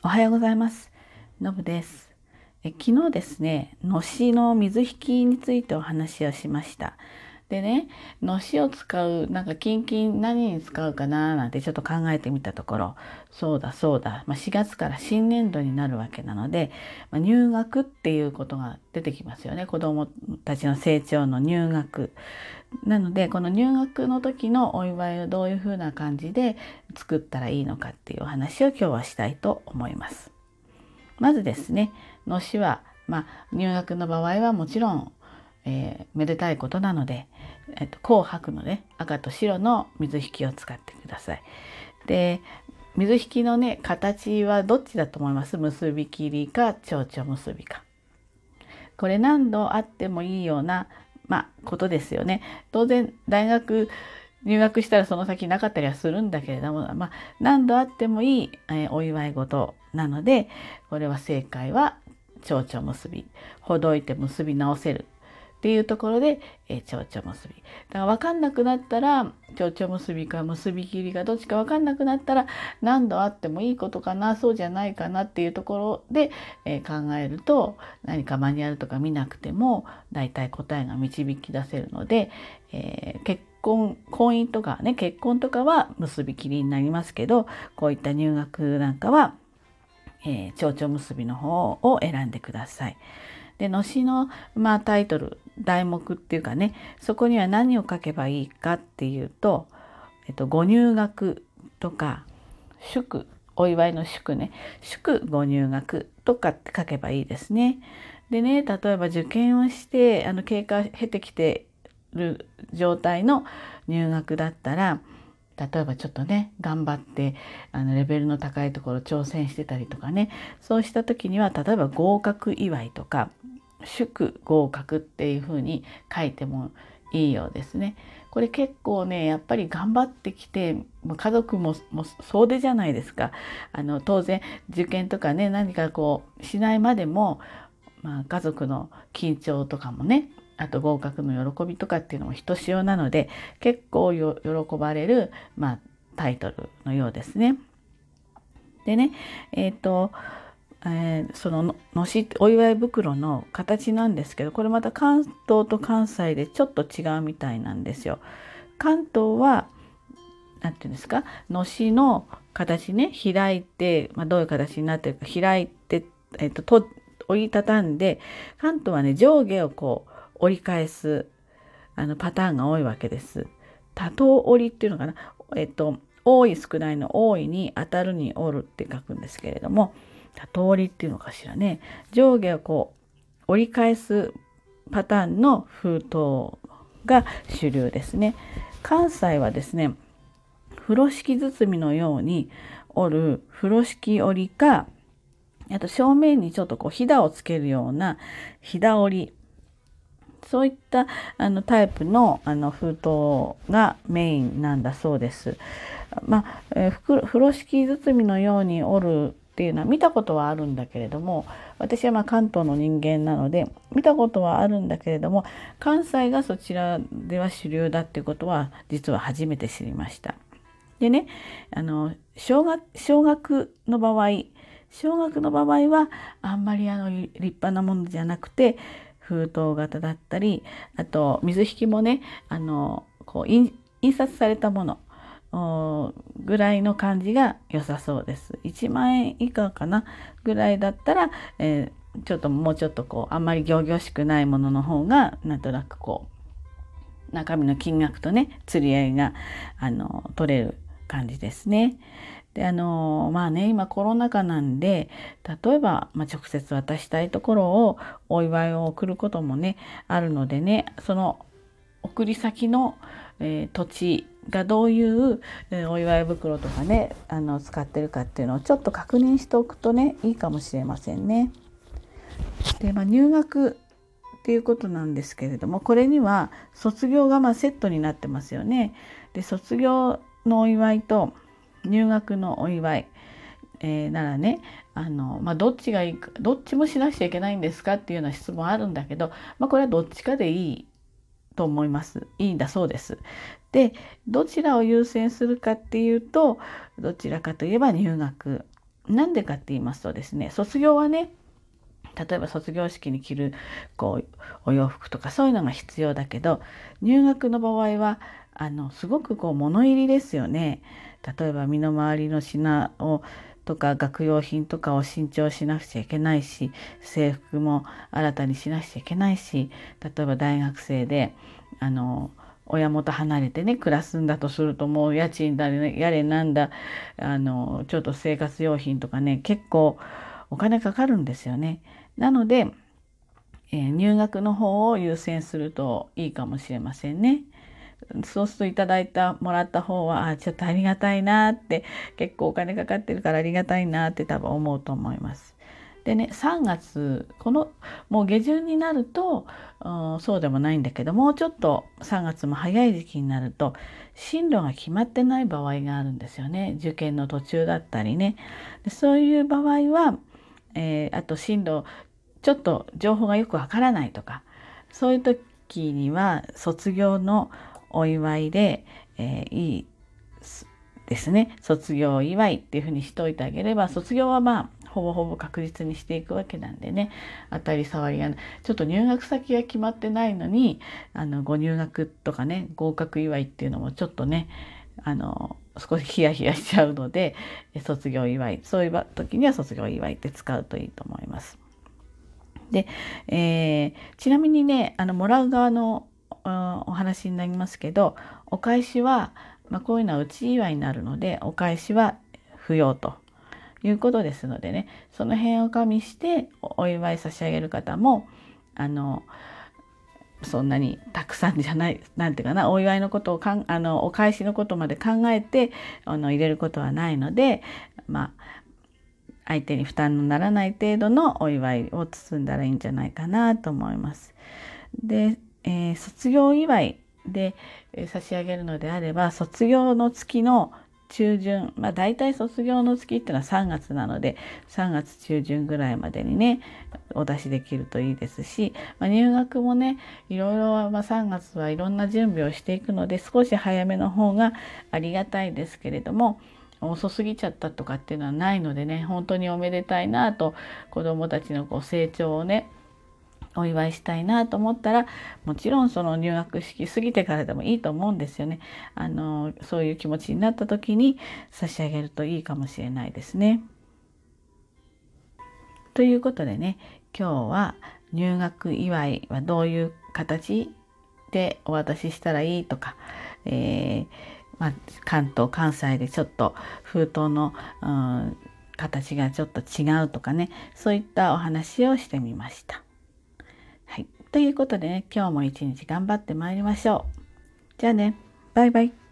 おはようございます。のぶです。昨日ですね、のしの水引きについてお話をしました。でね、のしを使う、キンキン何に使うかななんてちょっと考えてみたところ、そうだそうだ、4月から新年度になるわけなので、入学っていうことが出てきますよね。子どもたちの成長の入学。なのでこの入学の時のお祝いをどういうふうな感じで作ったらいいのかっていうお話を今日はしたいと思います。まずですね、のしは、入学の場合はもちろん、めでたいことなので、紅白のね赤と白の水引きを使ってください。で、水引きのね形はどっちだと思います？結び切りか蝶々結びか。これ何度あってもいいようなことですよね。当然大学入学したらその先なかったりはするんだけれども、何度あってもいい、お祝い事なので、これは正解は蝶々結び。ほどいて結び直せるっていうところで、蝶々結び。だから分かんなくなったら蝶々結びか結び切りかどっちか分かんなくなったら何度あってもいいことかな、そうじゃないかなっていうところで、考えると、何かマニュアルとか見なくてもだいたい答えが導き出せるので、婚姻とかね、結婚とかは結び切りになりますけど、こういった入学なんかは、蝶々結びの方を選んでください。で、のしの、タイトル、題目っていうかね、そこには何を書けばいいかっていうと、ご入学とか、祝、お祝いの祝ね、祝ご入学とかって書けばいいですね。でね、例えば受験をして、経過経てきてる状態の入学だったら、例えばちょっとね頑張ってレベルの高いところ挑戦してたりとかね、そうした時には例えば合格祝いとか祝合格っていう風に書いてもいいようですね。これ結構ねやっぱり頑張ってきて家族も総出じゃないですか。当然受験とかね何かこうしないまでも、家族の緊張とかもね、あと合格の喜びとかっていうのもひとしおなので、結構喜ばれる、タイトルのようですね。でね、そののしお祝い袋の形なんですけど、これまた関東と関西でちょっと違うみたいなんですよ。関東はなんていうんですか、のしの形ね、開いて、どういう形になってるか開いて、折りたたんで、関東はね上下をこう折り返すパターンが多いわけです。多頭折りっていうのかな、多い少ないの多いに当たるに折るって書くんですけれども、多頭折りっていうのかしらね、上下をこう折り返すパターンの封筒が主流ですね。関西はですね、風呂敷包みのように折る風呂敷折りか、あと正面にちょっとこうひだをつけるようなひだ折り、そういったタイプの封筒がメインなんだそうです。風呂敷包みのように折るっていうのは見たことはあるんだけれども、私は関東の人間なので見たことはあるんだけれども、関西がそちらでは主流だっていうことは実は初めて知りました。でね、小学の場合はあんまり立派なものじゃなくて封筒型だったり、あと水引きもねこう印刷されたものぐらいの感じが良さそうです。1万円以下かなぐらいだったら、もうちょっとこうあんまり仰々しくないものの方がなんとなくこう中身の金額とね釣り合いが取れる感じですね。で今コロナ禍なんで、例えば、直接渡したいところをお祝いを送ることもねあるのでね、その送り先の、土地がどういう、お祝い袋とかね使ってるかっていうのをちょっと確認しておくとねいいかもしれませんね。で、入学っていうことなんですけれども、これには卒業がセットになってますよね。で、卒業のお祝いと入学のお祝い、ならねどっちがいいか、どっちもしなくちゃいけないんですかっていうような質問あるんだけど、これはどっちかでいいと思います。いいんだそうです。で、どちらを優先するかっていうと、どちらかといえば入学なんでかって言いますとですね、卒業はね、例えば卒業式に着るお洋服とかそういうのが必要だけど、入学の場合はすごく物入りですよね。例えば身の回りの品をとか学用品とかを新調しなくちゃいけないし、制服も新たにしなくちゃいけないし、例えば大学生で親元離れてね暮らすんだとすると、もう家賃だねやれなんだちょっと生活用品とかね、結構お金かかるんですよね。なので、入学の方を優先するといいかもしれませんね。そうするともらった方は、ちょっとありがたいなって、結構お金かかってるからありがたいなって多分思うと思います。でね、3月、もう下旬になると、そうでもないんだけど、もうちょっと3月も早い時期になると、進路が決まってない場合があるんですよね。受験の途中だったりね。でそういう場合は、あと進路、ちょっと情報がよくわからないとか、そういう時には卒業のお祝いで、いいですね。卒業祝いっていうふうにしておいてあげれば、卒業はほぼほぼ確実にしていくわけなんでね、当たり障りがない。ちょっと入学先が決まってないのに、ご入学とかね、合格祝いっていうのもちょっとね、少しヒヤヒヤしちゃうので、卒業祝い、そういう時には卒業祝いって使うといいと思います。で、ちなみにね、もらう側のお話になりますけど、お返しは、こういうのは内祝いになるので、お返しは不要ということですのでね、その辺を加味してお祝い差し上げる方も、そんなにたくさんじゃない、なんていうかな、お祝いのことをお返しのことまで考えて入れることはないので、相手に負担のならない程度のお祝いを包んだらいいんじゃないかなと思います。で、卒業祝いで差し上げるのであれば、卒業の月の中旬、大体卒業の月っていうのは3月なので、3月中旬ぐらいまでにねお出しできるといいですし、入学もねいろいろ、3月はいろんな準備をしていくので、少し早めの方がありがたいですけれども、遅すぎちゃったとかっていうのはないのでね、本当におめでたいなと、子どもたちの成長をねお祝いしたいなと思ったら、もちろんその入学式過ぎてからでもいいと思うんですよね。そういう気持ちになった時に差し上げるといいかもしれないですね。ということでね、今日は入学祝いはどういう形でお渡ししたらいいとか、関東関西でちょっと封筒の、形がちょっと違うとかね、そういったお話をしてみました。はい、ということでね、今日も一日頑張ってまいりましょう。じゃあね、バイバイ。